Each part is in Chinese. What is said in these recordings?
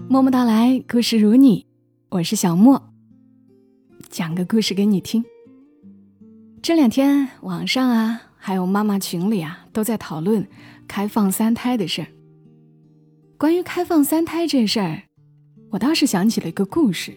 默默到来，故事如你，我是小莫，讲个故事给你听。这两天网上还有妈妈群里都在讨论开放3胎的事儿。关于开放3胎这事儿，我倒是想起了一个故事。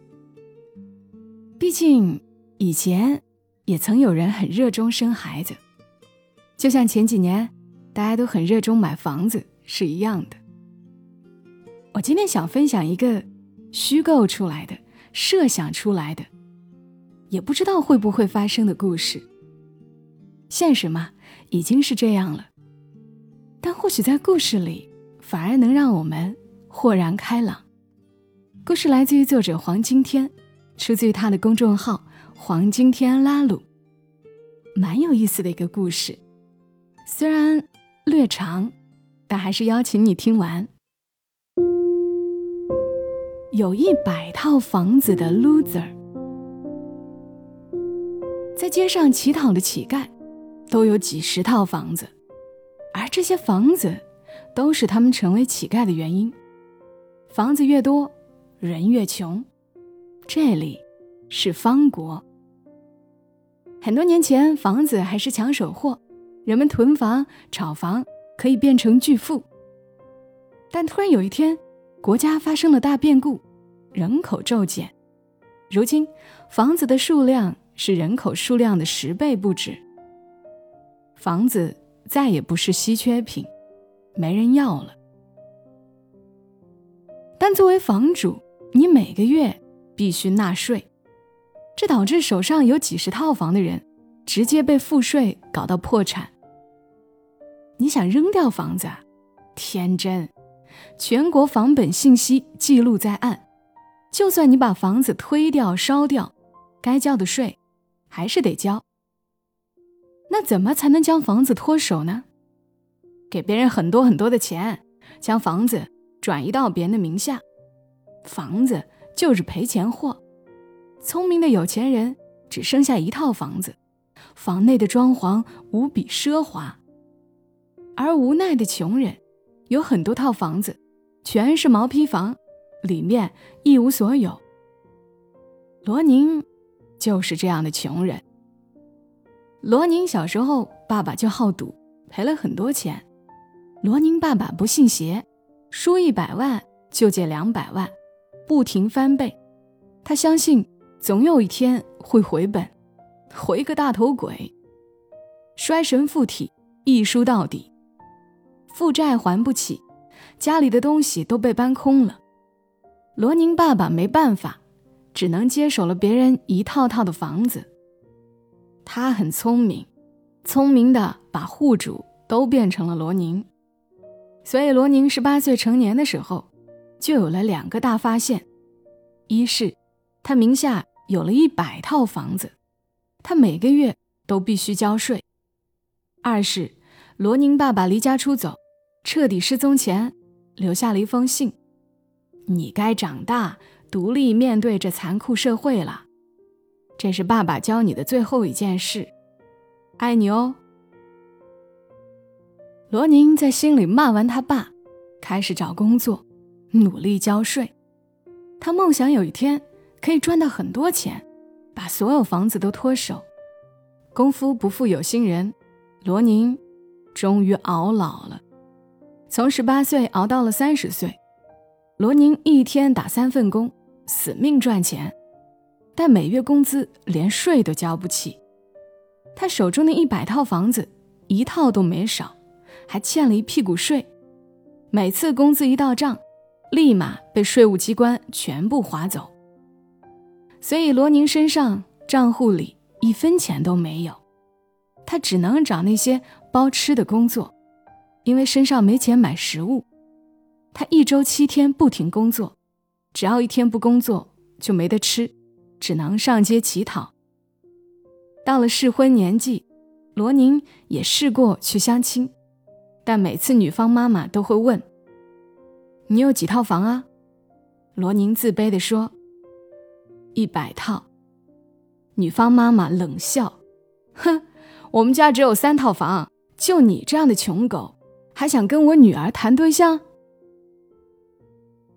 毕竟以前也曾有人很热衷生孩子，就像前几年大家都很热衷买房子是一样的。我今天想分享一个虚构出来的、设想出来的，也不知道会不会发生的故事。现实嘛，已经是这样了，但或许在故事里反而能让我们豁然开朗。故事来自于作者黄今天，出自于他的公众号黄今天拉鲁，蛮有意思的一个故事，虽然略长，但还是邀请你听完。有100套房子的 loser， 在街上乞讨的乞丐都有几十套房子，而这些房子都是他们成为乞丐的原因。房子越多，人越穷。这里是方国。很多年前，房子还是抢手货，人们囤房、炒房，可以变成巨富。但突然有一天，国家发生了大变故，人口骤减。如今，房子的数量是人口数量的10倍不止。房子再也不是稀缺品，没人要了。但作为房主，你每个月必须纳税，这导致手上有几十套房的人直接被赋税搞到破产。你想扔掉房子天真，全国房本信息记录在案，就算你把房子推掉烧掉，该交的税还是得交。那怎么才能将房子脱手呢？给别人很多很多的钱，将房子转移到别人的名下。房子就是赔钱货。聪明的有钱人只剩下1套房子，房内的装潢无比奢华。而无奈的穷人有很多套房子，全是毛坯房，里面一无所有。罗宁就是这样的穷人。罗宁小时候爸爸就好赌，赔了很多钱。罗宁爸爸不信邪，输100万就借200万，不停翻倍。他相信总有一天会回本，回个大头鬼。衰神附体，一输到底，负债还不起，家里的东西都被搬空了。罗宁爸爸没办法，只能接手了别人一套套的房子。他很聪明，聪明的把户主都变成了罗宁。所以罗宁18岁成年的时候，就有了2个大发现。一是他名下有了100套房子，他每个月都必须交税。二是罗宁爸爸离家出走，彻底失踪前留下了一封信：你该长大，独立面对这残酷社会了。这是爸爸教你的最后一件事，爱你哦。罗宁在心里骂完他爸，开始找工作，努力交税。他梦想有一天可以赚到很多钱，把所有房子都脱手。功夫不负有心人，罗宁终于熬老了。从18岁熬到了30岁，罗宁一天打3份工，死命赚钱，但每月工资连税都交不起。他手中的100套房子1套都没少，还欠了一屁股税。每次工资一到账，立马被税务机关全部划走。所以罗宁身上账户里1分钱都没有，他只能找那些包吃的工作，因为身上没钱买食物。他1周7天不停工作，只要1天不工作就没得吃，只能上街乞讨。到了适婚年纪，罗宁也试过去相亲，但每次女方妈妈都会问：你有几套房啊？罗宁自卑地说：100套。女方妈妈冷笑：哼，我们家只有3套房，就你这样的穷狗，还想跟我女儿谈对象？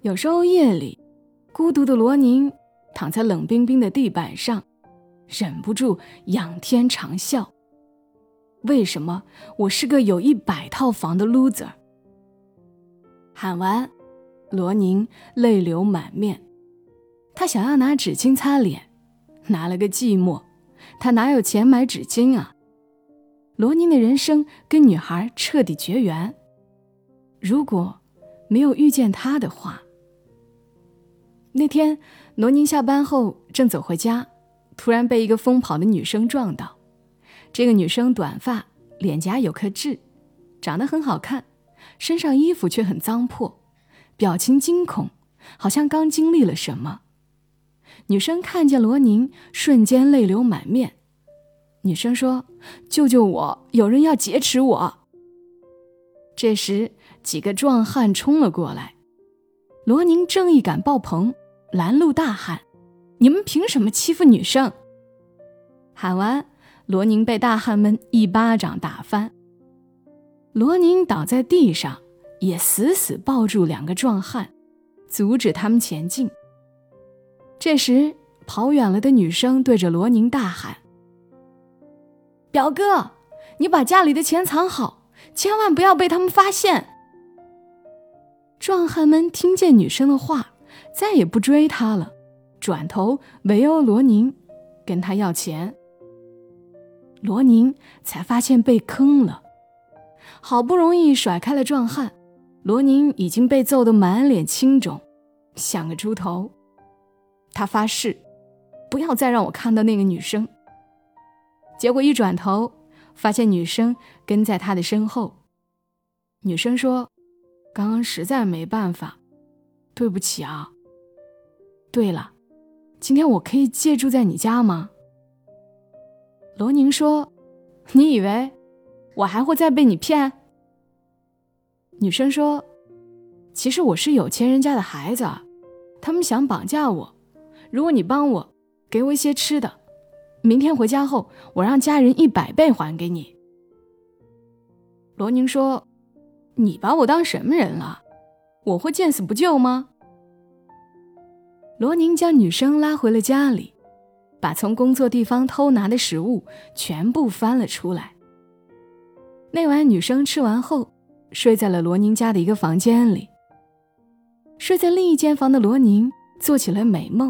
有时候夜里，孤独的罗宁躺在冷冰冰的地板上，忍不住仰天长啸。为什么我是个有100套房的 loser？ 喊完，罗宁泪流满面。他想要拿纸巾擦脸，拿了个寂寞，他哪有钱买纸巾啊？罗宁的人生跟女孩彻底绝缘。如果没有遇见他的话。那天罗宁下班后正走回家，突然被一个疯跑的女生撞到。这个女生短发，脸颊有颗痣，长得很好看，身上衣服却很脏破，表情惊恐，好像刚经历了什么。女生看见罗宁，瞬间泪流满面。女生说：“救救我，有人要劫持我。”这时几个壮汉冲了过来，罗宁正义感爆棚，拦路大喊：“你们凭什么欺负女生？”喊完，罗宁被大汉们一巴掌打翻。罗宁倒在地上，也死死抱住2个壮汉，阻止他们前进。这时跑远了的女生对着罗宁大喊：“表哥，你把家里的钱藏好，千万不要被他们发现。”壮汉们听见女生的话，再也不追她了，转头围殴罗宁，跟她要钱。罗宁才发现被坑了，好不容易甩开了壮汉，罗宁已经被揍得满脸青肿，像个猪头。他发誓不要再让我看到那个女生。结果一转头，发现女生跟在他的身后。女生说：“刚刚实在没办法，对不起啊。对了，今天我可以借住在你家吗？”罗宁说：“你以为我还会再被你骗？”女生说：“其实我是有钱人家的孩子，他们想绑架我，如果你帮我，给我一些吃的，明天回家后我让家人100倍还给你。”罗宁说：“你把我当什么人了？我会见死不救吗？”罗宁将女生拉回了家里，把从工作地方偷拿的食物全部翻了出来。那晚女生吃完后，睡在了罗宁家的一个房间里。睡在另一间房的罗宁做起了美梦。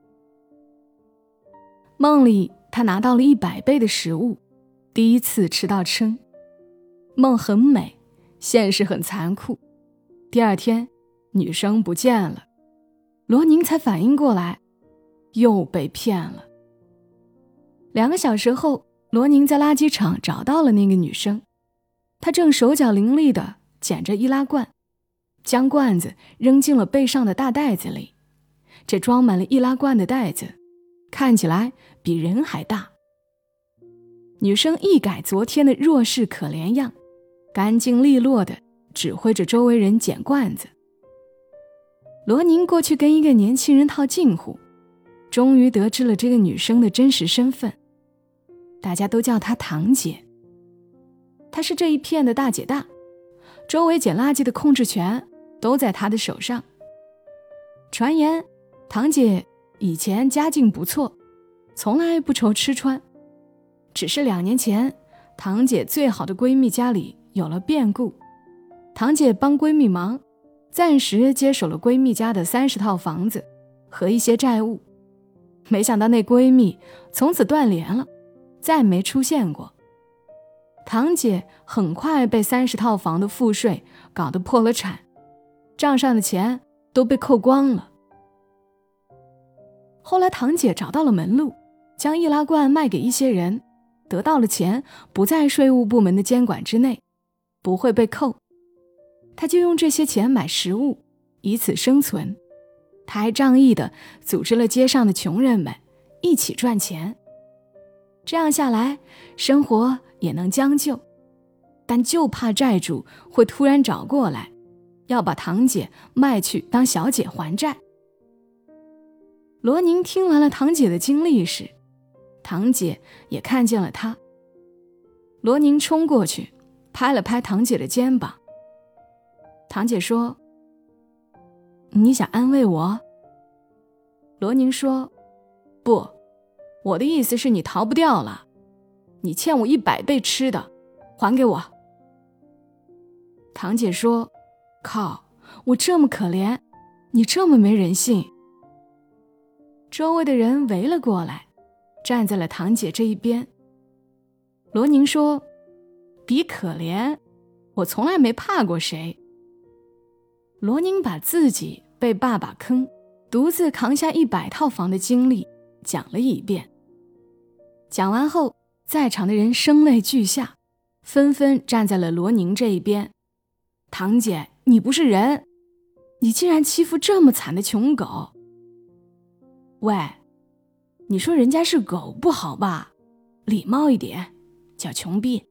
梦里他拿到了100倍的食物，第一次吃到撑。梦很美，现实很残酷。第二天，女生不见了，罗宁才反应过来，又被骗了。2个小时后，罗宁在垃圾场找到了那个女生，她正手脚伶俐地捡着易拉罐，将罐子扔进了背上的大袋子里。这装满了易拉罐的袋子看起来比人还大。女生一改昨天的弱势可怜样，干净利落地指挥着周围人捡罐子。罗宁过去跟一个年轻人套近乎，终于得知了这个女生的真实身份，大家都叫她堂姐。她是这一片的大姐大，周围捡垃圾的控制权都在她的手上。传言堂姐以前家境不错，从来不愁吃穿，只是2年前堂姐最好的闺蜜家里有了变故，堂姐帮闺蜜忙，暂时接手了闺蜜家的30套房子和一些债务。没想到那闺蜜从此断联了，再没出现过。堂姐很快被30套房的赋税搞得破了产，账上的钱都被扣光了。后来堂姐找到了门路，将易拉罐卖给一些人，得到了钱，不在税务部门的监管之内，不会被扣。她就用这些钱买食物，以此生存。她还仗义地组织了街上的穷人们一起赚钱。这样下来，生活也能将就，但就怕债主会突然找过来，要把堂姐卖去当小姐还债。罗宁听完了堂姐的经历时，堂姐也看见了他。罗宁冲过去，拍了拍堂姐的肩膀。堂姐说：“ 你想安慰我？罗宁说，不，我的意思是你逃不掉了，你欠我100倍吃的，还给我。堂姐说，靠，我这么可怜，你这么没人性。周围的人围了过来，站在了堂姐这一边。罗宁说，比可怜，我从来没怕过谁。罗宁把自己被爸爸坑，独自扛下100套房的经历讲了一遍。讲完后，在场的人声泪俱下，纷纷站在了罗宁这一边。堂姐，你不是人，你竟然欺负这么惨的穷狗。喂，你说人家是狗不好吧？礼貌一点，叫穷逼。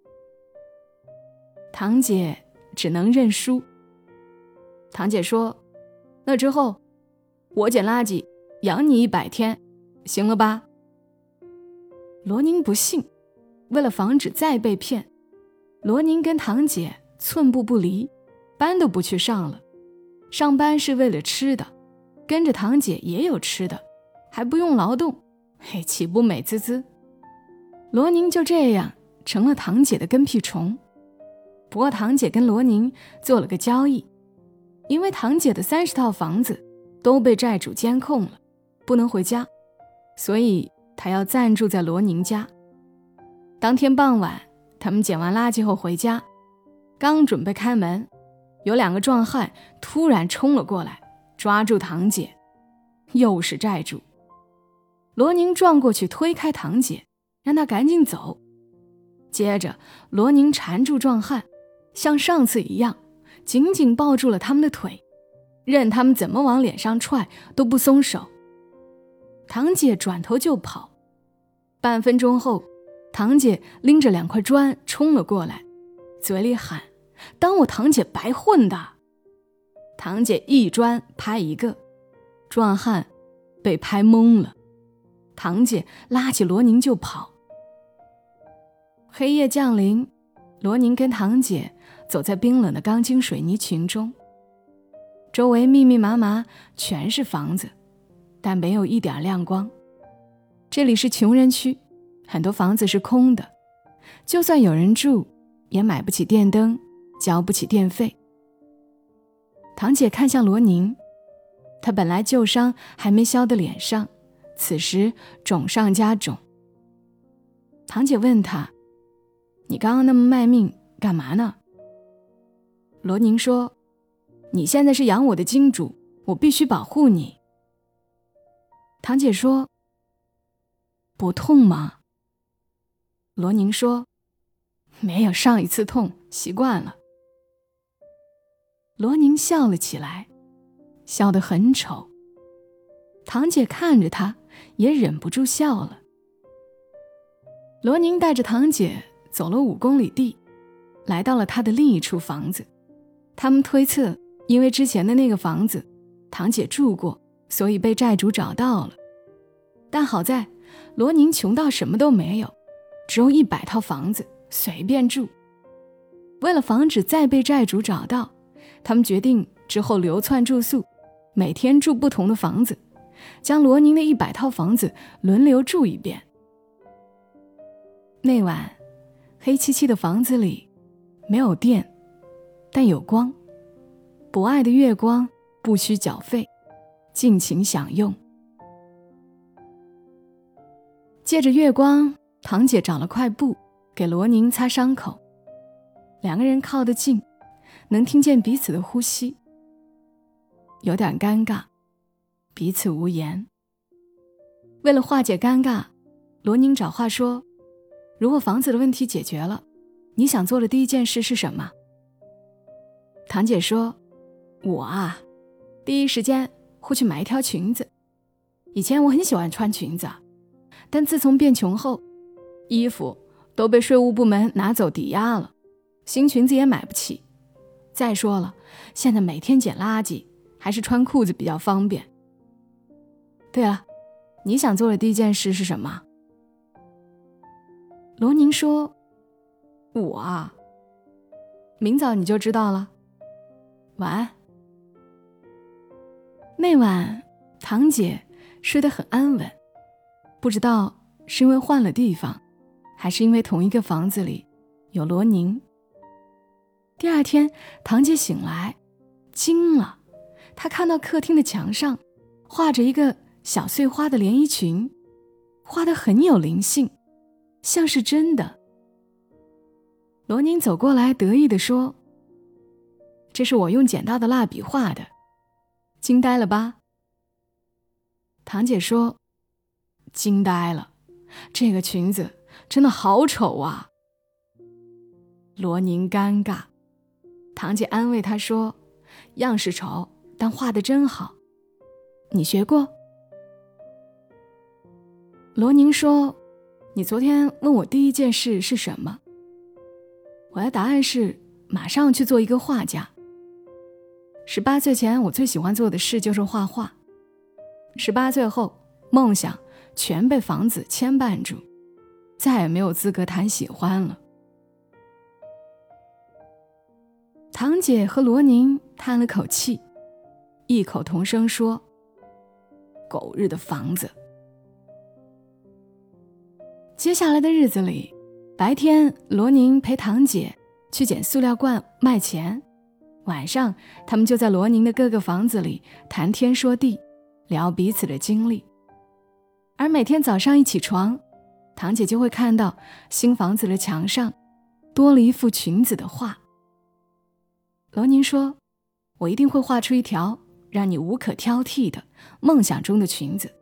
堂姐只能认输。堂姐说，那之后我捡垃圾养你100天，行了吧？罗宁不信，为了防止再被骗，罗宁跟堂姐寸步不离，班都不去上了。上班是为了吃的，跟着堂姐也有吃的，还不用劳动，嘿，岂不美滋滋？罗宁就这样成了堂姐的跟屁虫。不过堂姐跟罗宁做了个交易，因为堂姐的30套房子都被债主监控了，不能回家，所以她要暂住在罗宁家。当天傍晚，他们捡完垃圾后回家，刚准备开门，有2个壮汉突然冲了过来，抓住堂姐，又是债主。罗宁撞过去推开堂姐，让她赶紧走。接着罗宁缠住壮汉，像上次一样紧紧抱住了他们的腿，任他们怎么往脸上踹都不松手。堂姐转头就跑，半分钟后，堂姐拎着2块砖冲了过来，嘴里喊，当我堂姐白混的。堂姐一砖拍一个，壮汉被拍懵了，堂姐拉起罗宁就跑。黑夜降临，罗宁跟堂姐走在冰冷的钢筋水泥群中，周围密密麻麻全是房子，但没有一点亮光。这里是穷人区，很多房子是空的，就算有人住，也买不起电灯，交不起电费。堂姐看向罗宁，她本来旧伤还没消的脸上，此时肿上加肿。堂姐问她，你刚刚那么卖命干嘛呢？罗宁说，你现在是养我的金主，我必须保护你。堂姐说，不痛吗？罗宁说，没有上一次痛，习惯了。罗宁笑了起来，笑得很丑。堂姐看着他，也忍不住笑了。罗宁带着堂姐走了5公里地，来到了他的另一处房子。他们推测，因为之前的那个房子堂姐住过，所以被债主找到了。但好在罗宁穷到什么都没有，只有100套房子，随便住。为了防止再被债主找到，他们决定之后流窜住宿，每天住不同的房子，将罗宁的100套房子轮流住一遍。那晚，黑漆漆的房子里没有电，但有光，不爱的月光，不需缴费，尽情享用。借着月光，堂姐找了块布给罗宁擦伤口，2个人靠得近，能听见彼此的呼吸。有点尴尬，彼此无言。为了化解尴尬，罗宁找话说，如果房子的问题解决了，你想做的第一件事是什么？堂姐说，我啊，第一时间会去买一条裙子。以前我很喜欢穿裙子，但自从变穷后，衣服都被税务部门拿走抵押了，新裙子也买不起。再说了，现在每天捡垃圾，还是穿裤子比较方便。对了，你想做的第一件事是什么？罗宁说，我啊，明早你就知道了。晚安。 那晚堂姐睡得很安稳，不知道是因为换了地方，还是因为同一个房子里有罗宁。第二天堂姐醒来惊了，她看到客厅的墙上画着一个小碎花的连衣裙，画得很有灵性，像是真的。罗宁走过来得意地说，这是我用捡到的蜡笔画的，惊呆了吧？堂姐说，惊呆了，这个裙子真的好丑啊。罗宁尴尬，堂姐安慰他说，样式丑，但画得真好，你学过？罗宁说，你昨天问我第一件事是什么？我的答案是马上去做一个画家。18岁前我最喜欢做的事就是画画，18岁后梦想全被房子牵绊住，再也没有资格谈喜欢了。堂姐和罗宁叹了口气，异口同声说，狗日的房子。接下来的日子里，白天罗宁陪堂姐去捡塑料罐卖钱，晚上他们就在罗宁的各个房子里谈天说地，聊彼此的经历。而每天早上一起床，堂姐就会看到新房子的墙上多了一幅裙子的画。罗宁说，我一定会画出一条让你无可挑剔的梦想中的裙子。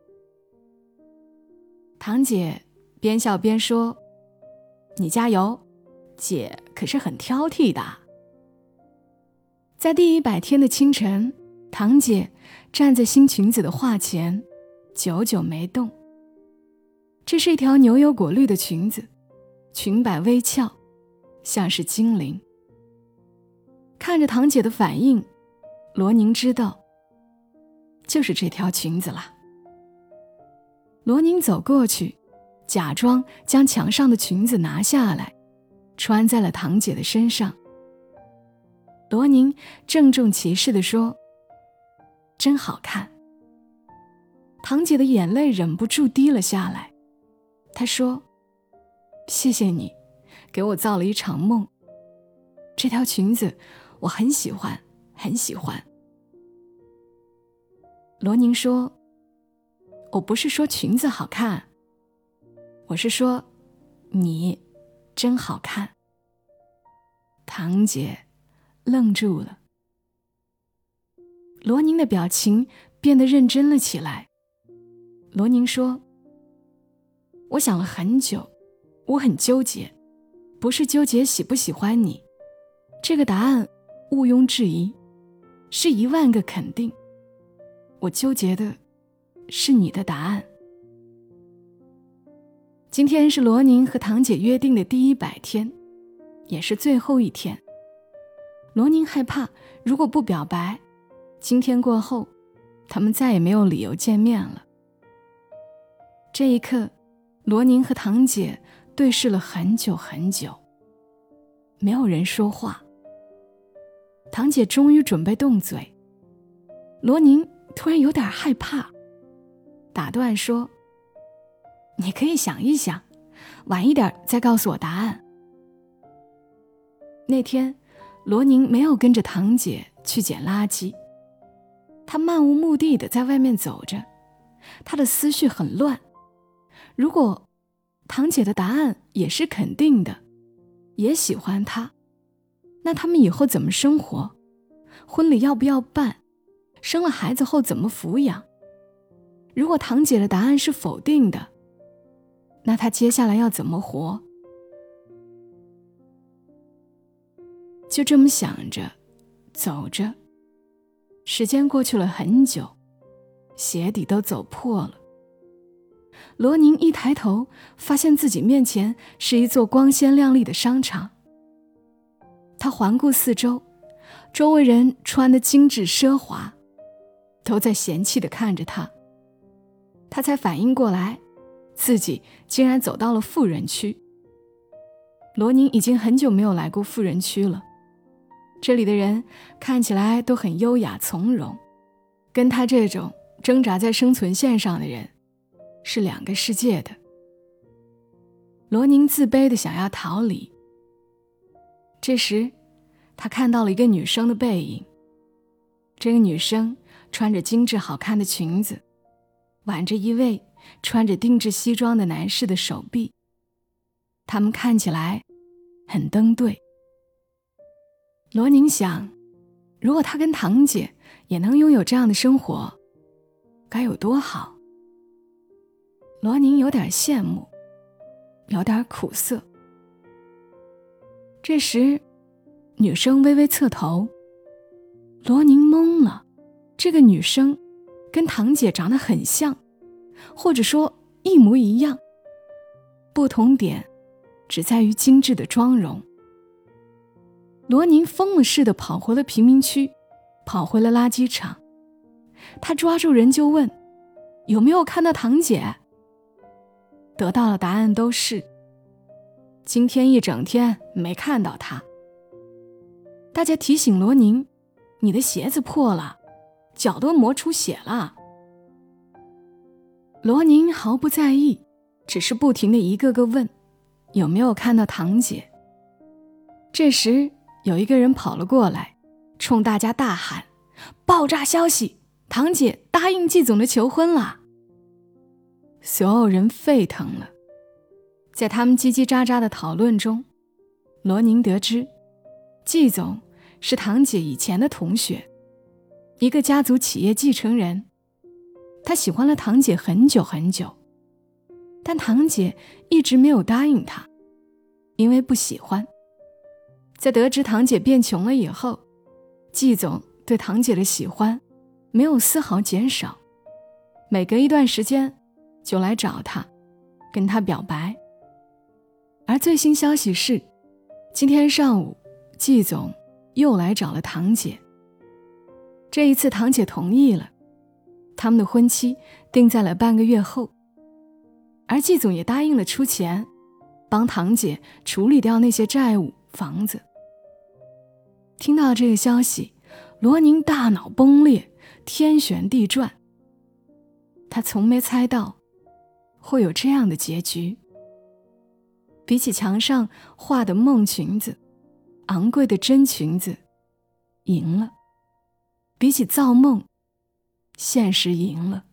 堂姐边笑边说，你加油，姐可是很挑剔的。在第100天的清晨，堂姐站在新裙子的画前，久久没动。这是一条牛油果绿的裙子，裙摆微翘，像是精灵。看着堂姐的反应，罗宁知道，就是这条裙子啦。罗宁走过去，假装将墙上的裙子拿下来，穿在了堂姐的身上。罗宁郑重其事地说，真好看。堂姐的眼泪忍不住滴了下来，她说，谢谢你给我造了一场梦，这条裙子我很喜欢，很喜欢。罗宁说，我不是说裙子好看，我是说你真好看。堂姐愣住了，罗宁的表情变得认真了起来。罗宁说，我想了很久，我很纠结，不是纠结喜不喜欢你，这个答案毋庸置疑，是10000个肯定，我纠结的是你的答案。今天是罗宁和堂姐约定的第100天，也是最后一天。罗宁害怕，如果不表白，今天过后，他们再也没有理由见面了。这一刻，罗宁和堂姐对视了很久很久，没有人说话。堂姐终于准备动嘴，罗宁突然有点害怕，打断说，你可以想一想，晚一点再告诉我答案。那天罗宁没有跟着堂姐去捡垃圾，她漫无目的地在外面走着，她的思绪很乱。如果堂姐的答案也是肯定的，也喜欢她，那他们以后怎么生活？婚礼要不要办？生了孩子后怎么抚养？如果堂姐的答案是否定的，那她接下来要怎么活？就这么想着，走着，时间过去了很久，鞋底都走破了。罗宁一抬头，发现自己面前是一座光鲜亮丽的商场。他环顾四周，周围人穿得精致奢华，都在嫌弃地看着他。他才反应过来，自己竟然走到了富人区。罗宁已经很久没有来过富人区了，这里的人看起来都很优雅从容， 跟他这种挣扎在生存线上的人是两个世界的。罗宁自卑地想要逃离，这时他看到了一个女生的背影，这个女生穿着精致好看的裙子，挽着一位穿着定制西装的男士的手臂，他们看起来很登对。罗宁想，如果他跟堂姐也能拥有这样的生活，该有多好。罗宁有点羡慕，有点苦涩。这时女生微微侧头，罗宁懵了，这个女生跟堂姐长得很像，或者说一模一样，不同点只在于精致的妆容。罗宁疯了似的跑回了贫民区，跑回了垃圾场，他抓住人就问，有没有看到堂姐？得到的答案都是，今天一整天没看到她。大家提醒罗宁，你的鞋子破了，脚都磨出血了。罗宁毫不在意，只是不停地一个个问，有没有看到堂姐？这时有一个人跑了过来，冲大家大喊，爆炸消息，堂姐答应季总的求婚了。所有人沸腾了。在他们叽叽喳喳的讨论中，罗宁得知季总是堂姐以前的同学，一个家族企业继承人。他喜欢了堂姐很久很久，但堂姐一直没有答应他，因为不喜欢。在得知堂姐变穷了以后，季总对堂姐的喜欢没有丝毫减少，每隔一段时间就来找她，跟她表白。而最新消息是，今天上午季总又来找了堂姐。这一次堂姐同意了，他们的婚期定在了半个月后，而季总也答应了出钱帮堂姐处理掉那些债务、房子。听到这个消息，罗宁大脑崩裂，天旋地转。他从没猜到会有这样的结局。比起墙上画的梦裙子，昂贵的真裙子赢了；比起造梦，现实赢了。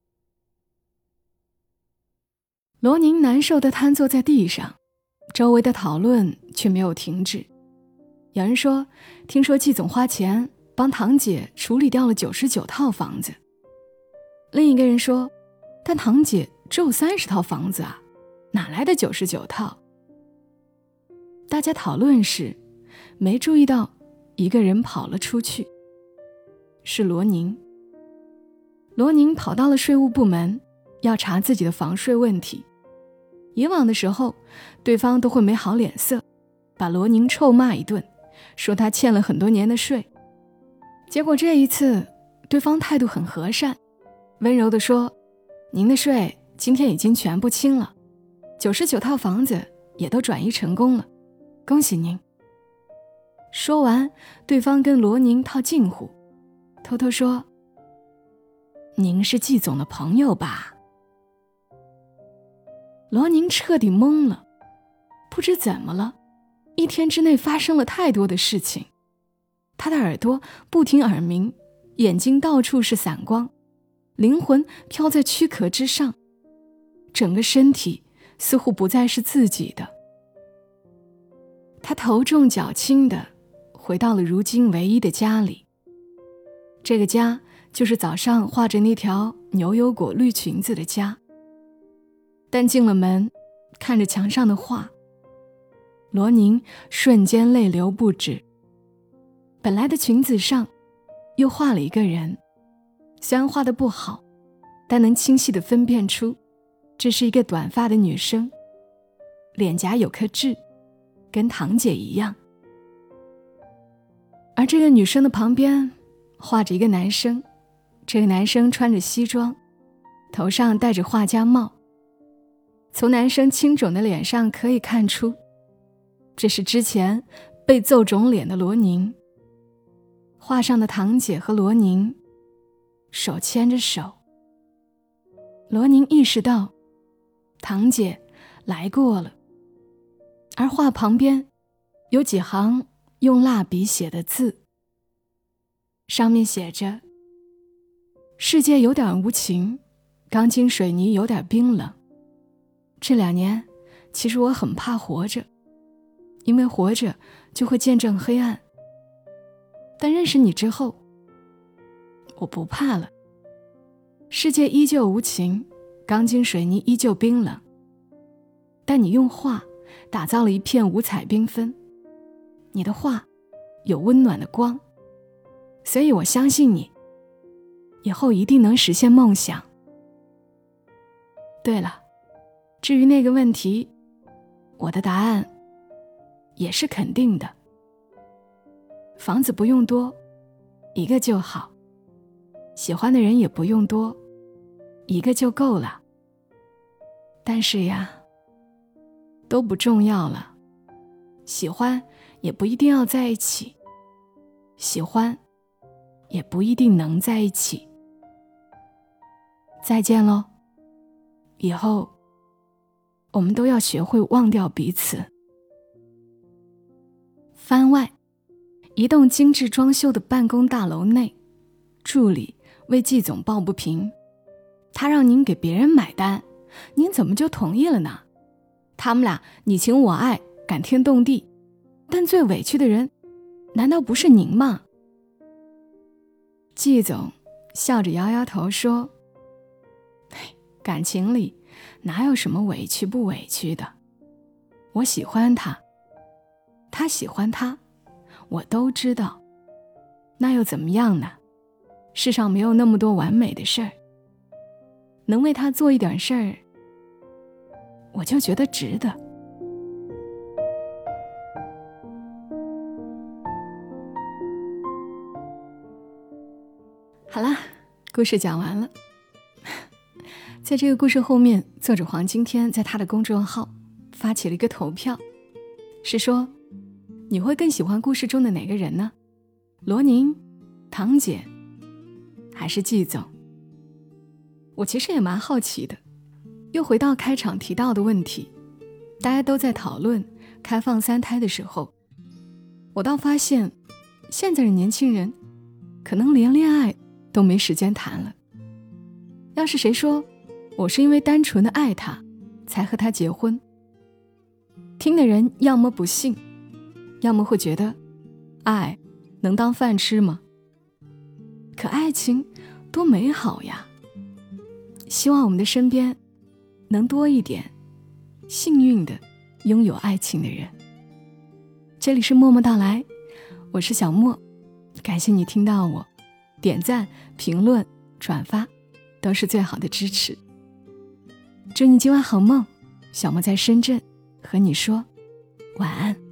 罗宁难受地瘫坐在地上，周围的讨论却没有停止。有人说，听说季总花钱帮堂姐处理掉了99套房子。另一个人说，但堂姐只有30套房子啊，哪来的99套？大家讨论时，没注意到一个人跑了出去，是罗宁。罗宁跑到了税务部门，要查自己的房税问题。以往的时候，对方都会没好脸色，把罗宁臭骂一顿，说他欠了很多年的税。结果这一次，对方态度很和善，温柔地说，您的税今天已经全部清了，99套房子也都转移成功了，恭喜您。说完，对方跟罗宁套近乎，偷偷说，您是季总的朋友吧？罗宁彻底懵了，不知怎么了，一天之内发生了太多的事情。他的耳朵不停耳鸣，眼睛到处是散光，灵魂飘在躯壳之上，整个身体似乎不再是自己的。他头重脚轻地回到了如今唯一的家里。这个家就是早上画着那条牛油果绿裙子的家。但进了门，看着墙上的画，罗宁瞬间泪流不止。本来的裙子上又画了一个人，虽然画得不好，但能清晰地分辨出这是一个短发的女生，脸颊有颗痣，跟堂姐一样。而这个女生的旁边画着一个男生，这个男生穿着西装，头上戴着画家帽。从男生青肿的脸上可以看出，这是之前被揍肿脸的罗宁。画上的堂姐和罗宁手牵着手。罗宁意识到堂姐来过了，而画旁边有几行用蜡笔写的字，上面写着：世界有点无情，钢筋水泥有点冰冷。这2年其实我很怕活着，因为活着就会见证黑暗。但认识你之后，我不怕了。世界依旧无情，钢筋水泥依旧冰冷，但你用画打造了一片五彩缤纷。你的画有温暖的光，所以我相信你，以后一定能实现梦想。对了，至于那个问题，我的答案也是肯定的。房子不用多，一个就好。喜欢的人也不用多，一个就够了。但是呀，都不重要了。喜欢也不一定要在一起，喜欢也不一定能在一起。再见咯，以后我们都要学会忘掉彼此。番外，一栋精致装修的办公大楼内，助理为季总抱不平，他让您给别人买单，您怎么就同意了呢？他们俩你情我爱，感天动地，但最委屈的人难道不是您吗？季总笑着摇摇头说，感情里哪有什么委屈不委屈的，我喜欢他，他喜欢他，我都知道，那又怎么样呢？世上没有那么多完美的事儿，能为他做一点事儿，我就觉得值得。好啦，故事讲完了。在这个故事后面，作者黄今天在他的公众号发起了一个投票，是说你会更喜欢故事中的哪个人呢？罗宁、堂姐还是季总？我其实也蛮好奇的，又回到开场提到的问题，大家都在讨论开放3胎的时候，我倒发现现在的年轻人可能连恋爱都没时间谈了。要是谁说我是因为单纯的爱他才和他结婚，听的人要么不信，要么会觉得爱能当饭吃吗？可爱情多美好呀，希望我们的身边能多一点幸运的拥有爱情的人。这里是默默到来，我是小莫，感谢你听到我，点赞、评论、转发都是最好的支持。祝你今晚好梦，小莫在深圳和你说晚安。